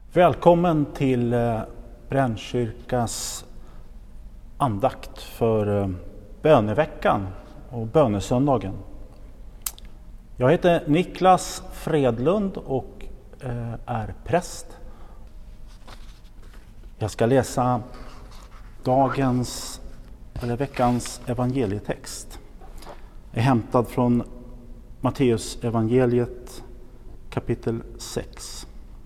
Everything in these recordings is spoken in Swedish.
Välkommen till Brännkyrkas andakt för böneveckan och bönesöndagen. Jag heter Niklas Fredlund och är präst. Jag ska läsa veckans evangelietext. Det är hämtad från Matteus evangeliet kapitel 6.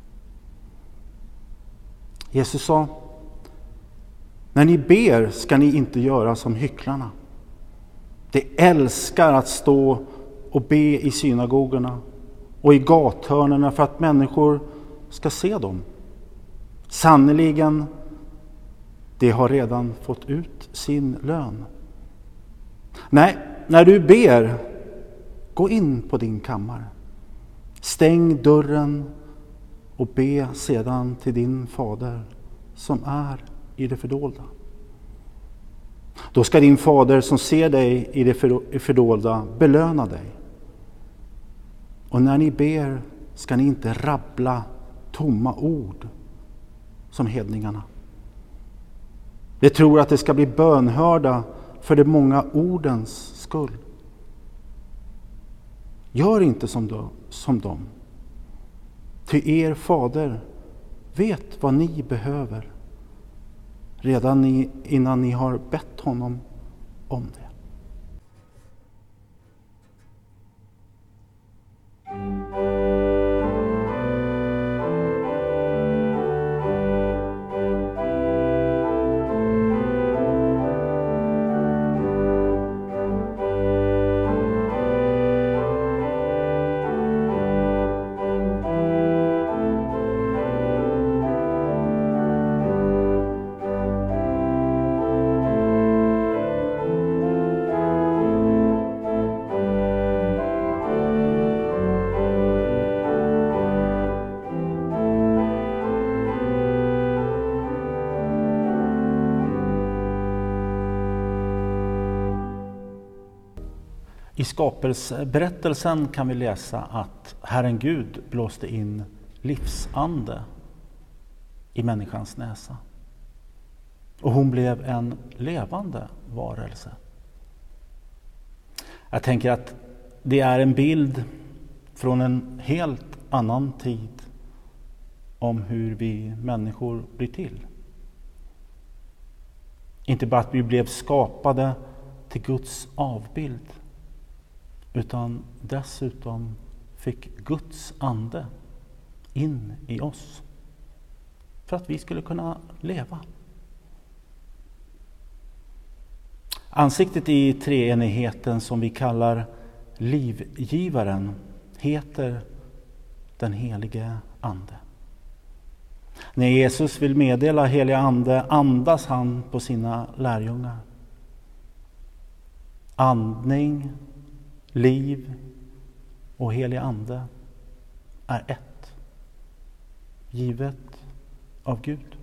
Jesus sa: när ni ber ska ni inte göra som hycklarna. De älskar att stå och be i synagogorna och i gathörnerna för att människor ska se dem. Sannoliken, de har redan fått ut sin lön. Nej, när du ber, gå in på din kammare. Stäng dörren och be sedan till din fader som är i det fördolda. Då ska din fader som ser dig i det fördolda belöna dig. Och när ni ber ska ni inte rabbla tomma ord som hedningarna. De tror att det ska bli bönhörda för de många ordens skull. Gör inte som dem. Ty er fader vet vad ni behöver redan innan ni har bett honom om det. I skapelseberättelsen kan vi läsa att Herren Gud blåste in livsande i människans näsa. Och hon blev en levande varelse. Jag tänker att det är en bild från en helt annan tid om hur vi människor blir till. Inte bara att vi blev skapade till Guds avbild, utan dessutom fick Guds ande in i oss för att vi skulle kunna leva. Ansiktet i treenigheten som vi kallar livgivaren heter den helige ande. När Jesus vill meddela heliga ande andas han på sina lärjungar. Andning, liv och helig ande är ett, givet av Gud.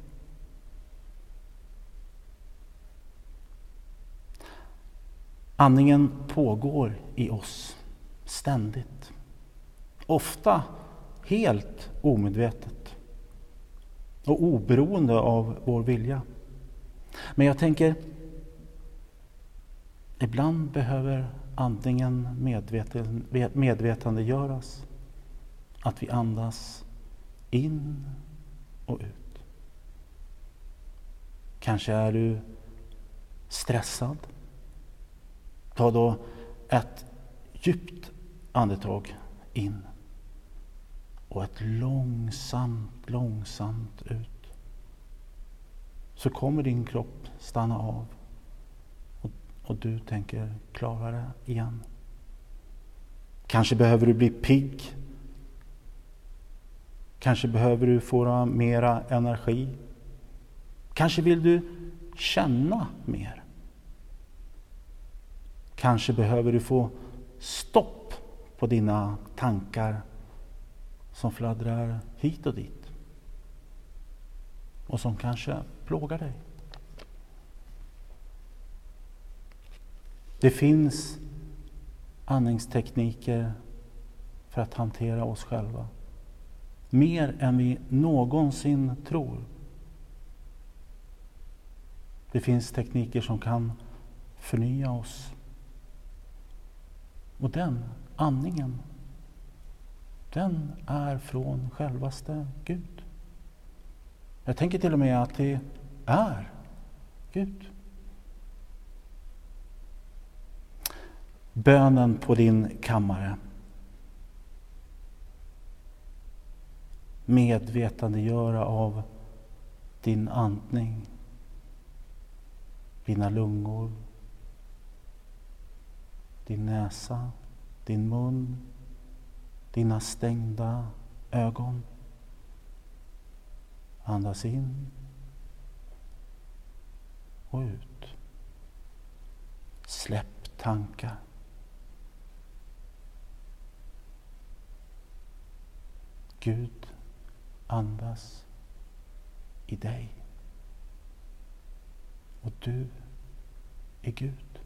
Andningen pågår i oss ständigt, ofta helt omedvetet och oberoende av vår vilja. Men jag tänker, ibland behöver andningen medvetandegöras, att vi andas in och ut. Kanske är du stressad. Ta då ett djupt andetag in och ett långsamt ut. Så kommer din kropp stanna av. Och du tänker klara det igen. Kanske behöver du bli pigg. Kanske behöver du få mera energi. Kanske vill du känna mer. Kanske behöver du få stopp på dina tankar som fladdrar hit och dit. Och som kanske plågar dig. Det finns andningstekniker för att hantera oss själva. mer än vi någonsin tror. Det finns tekniker som kan förnya oss. Och den andningen, den är från självaste Gud. Jag tänker till och med att det är Gud. Bönen på din kammare. Medvetandegöra av din andning, dina lungor, din näsa, din mun, dina stängda ögon. Andas in och ut. Släpp tankar. Gud andas i dig. Och du är Gud.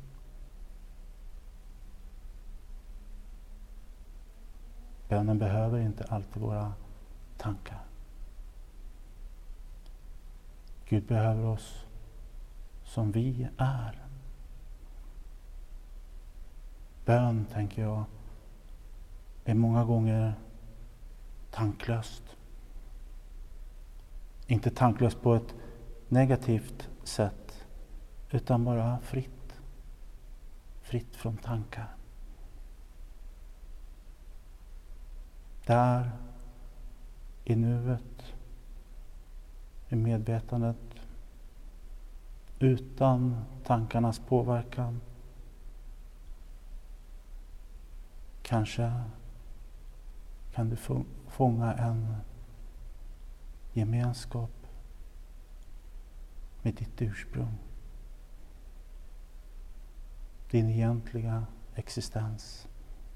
Bönen behöver inte alltid våra tankar. Gud behöver oss som vi är. Bön, tänker jag, är många gånger tanklöst. Inte tanklöst på ett negativt sätt, utan bara fritt. Fritt från tankar. Där, i nuet, i medvetandet, utan tankarnas påverkan. Kanske kan du fånga en gemenskap med ditt ursprung. Din egentliga existens.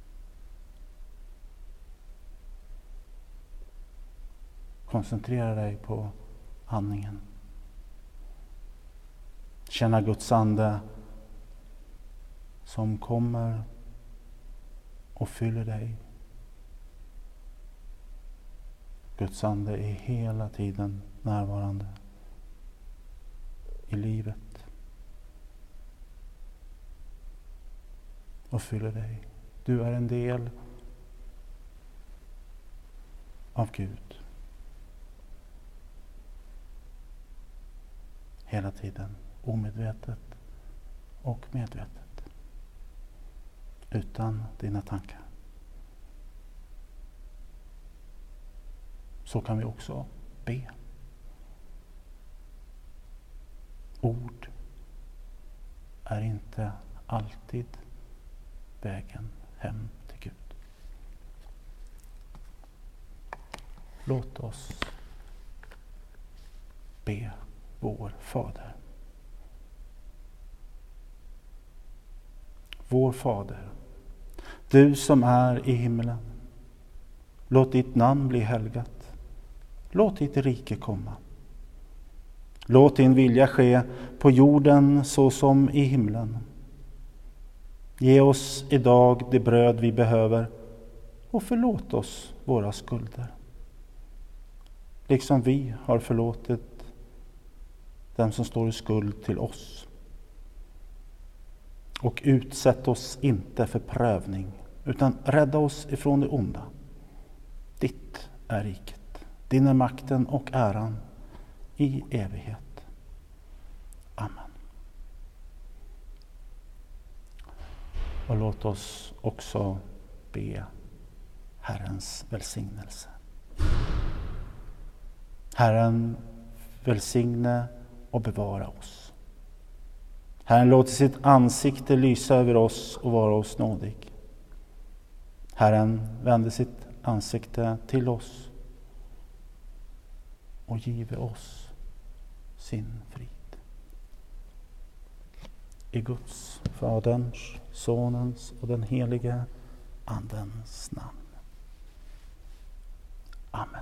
Koncentrera dig på andningen. Känna Guds ande som kommer och fyller dig. Guds ande är hela tiden närvarande i livet och fyller dig. Du är en del av Gud. Hela tiden, omedvetet och medvetet. Utan dina tankar. Så kan vi också be. Ord är inte alltid vägen hem till Gud. Låt oss be vår Fader. Vår Fader, du som är i himlen. Låt ditt namn bli helgat. Låt ditt rike komma. Låt din vilja ske på jorden så som i himlen. Ge oss idag det bröd vi behöver och förlåt oss våra skulder. Liksom vi har förlåtit dem som står i skuld till oss. Och utsätt oss inte för prövning, utan rädda oss ifrån det onda. Ditt är riket, din är makten och äran i evighet. Amen. Och låt oss också be Herrens välsignelse. Herren välsigne och bevara oss. Herren låter sitt ansikte lysa över oss och vara oss nådig. Herren vände sitt ansikte till oss och give oss sin frid. I Guds, Faderns, Sonens och den helige Andens namn. Amen.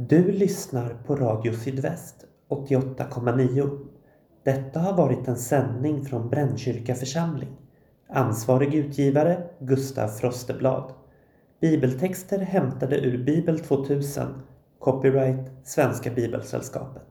Du lyssnar på Radio Sydväst 88,9. Detta har varit en sändning från Brännkyrka församling. Ansvarig utgivare Gustav Frosteblad. Bibeltexter hämtade ur Bibel 2000. Copyright Svenska Bibelsällskapet.